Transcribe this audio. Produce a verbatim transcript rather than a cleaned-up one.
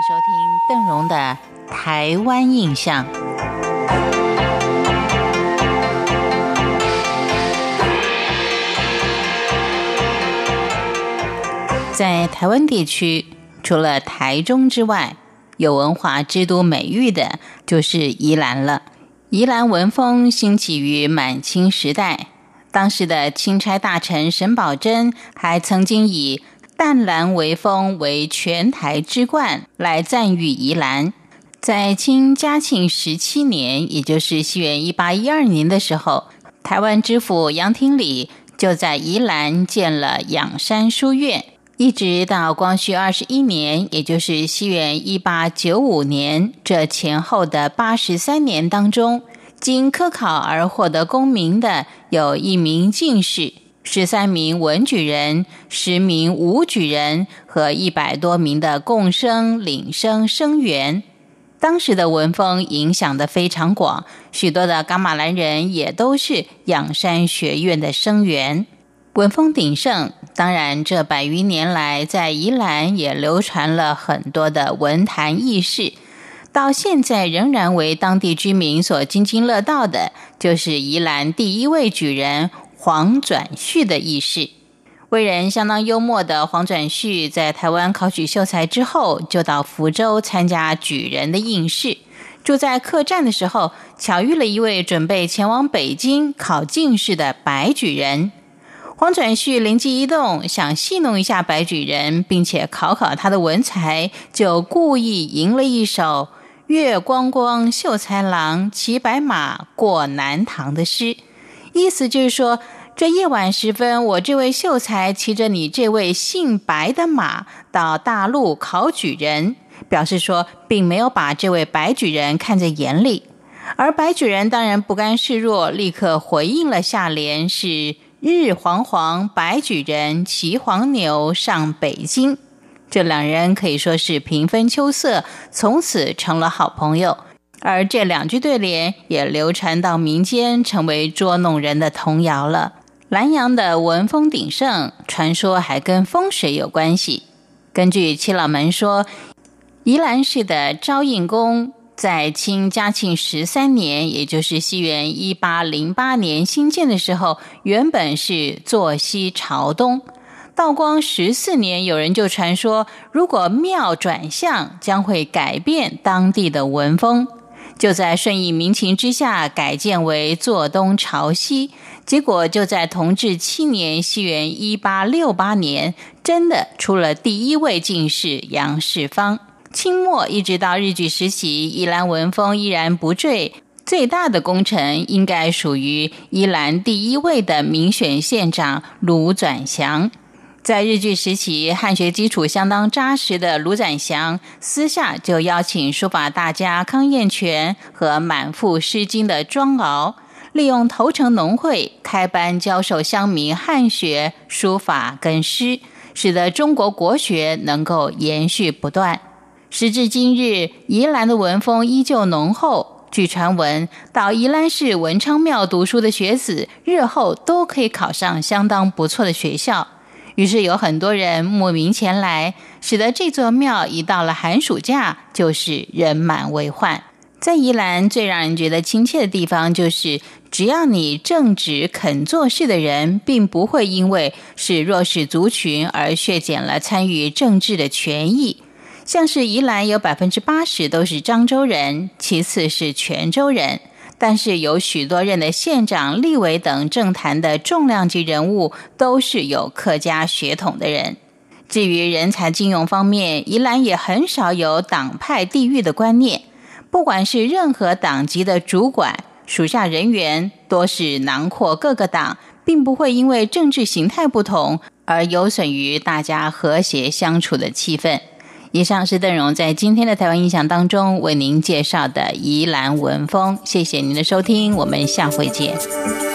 收听邓荣的台湾印象。在台湾地区，除了台中之外，有文化之都美誉的就是宜兰了。宜兰文风兴起于满清时代，当时的钦差大臣沈葆桢还曾经以淡蓝微风为全台之冠来赞誉宜兰。在清嘉庆十七年，也就是西元一八一二年的时候，台湾知府杨廷礼就在宜兰建了仰山书院，一直到光绪二十一年，也就是西元一八九五年，这前后的八十三年当中，经科考而获得功名的有一名进士、十三名文举人、十名武举人和一百多名的贡生、领生、生员。当时的文风影响得非常广，许多的噶玛兰人也都是仰山学院的生员。文风鼎盛，当然这百余年来在宜兰也流传了很多的文坛轶事，到现在仍然为当地居民所津津乐道的，就是宜兰第一位举人黄转旭的轶事。为人相当幽默的黄转旭，在台湾考取秀才之后，就到福州参加举人的应试。住在客栈的时候，巧遇了一位准备前往北京考进士的白举人。黄转旭灵机一动，想戏弄一下白举人，并且考考他的文才，就故意吟了一首月光光秀才郎，骑白马过南塘的诗。意思就是说，这夜晚时分，我这位秀才骑着你这位姓白的马到大陆考举人，表示说并没有把这位白举人看在眼里。而白举人当然不甘示弱，立刻回应了下联，是日煌煌白举人骑黄牛上北京。这两人可以说是平分秋色，从此成了好朋友。而这两句对联也流传到民间，成为捉弄人的童谣了。南洋的文风鼎盛，传说还跟风水有关系。根据七老门说，宜兰市的昭应宫在清嘉庆十三年，也就是西元一八零八年兴建的时候，原本是坐西朝东。道光十四年，有人就传说，如果庙转向，将会改变当地的文风。就在顺应民情之下，改建为坐东朝西。结果就在同治七年，西元一八六八年，真的出了第一位进士杨世芳。清末一直到日据时期，宜兰文风依然不坠。最大的功臣应该属于宜兰第一位的民选县长卢转祥。在日据时期，汉学基础相当扎实的卢展祥私下就邀请书法大家康彦全和满腹诗经的庄敖，利用头城农会开班教授乡民汉学、书法跟诗，使得中国国学能够延续不断。时至今日，宜兰的文风依旧浓厚。据传闻，到宜兰市文昌庙读书的学子，日后都可以考上相当不错的学校。于是有很多人慕名前来，使得这座庙一到了寒暑假就是人满为患。在宜兰最让人觉得亲切的地方，就是只要你正直肯做事的人，并不会因为是弱势族群而削减了参与政治的权益。像是宜兰有 百分之八十 都是漳州人，其次是泉州人，但是有许多任的县长、立委等政坛的重量级人物都是有客家血统的人。至于人才进用方面，宜兰也很少有党派地域的观念，不管是任何党级的主管，属下人员多是囊括各个党，并不会因为政治形态不同而有损于大家和谐相处的气氛。以上是邓荣在今天的台湾印象当中为您介绍的宜兰文风，谢谢您的收听，我们下回见。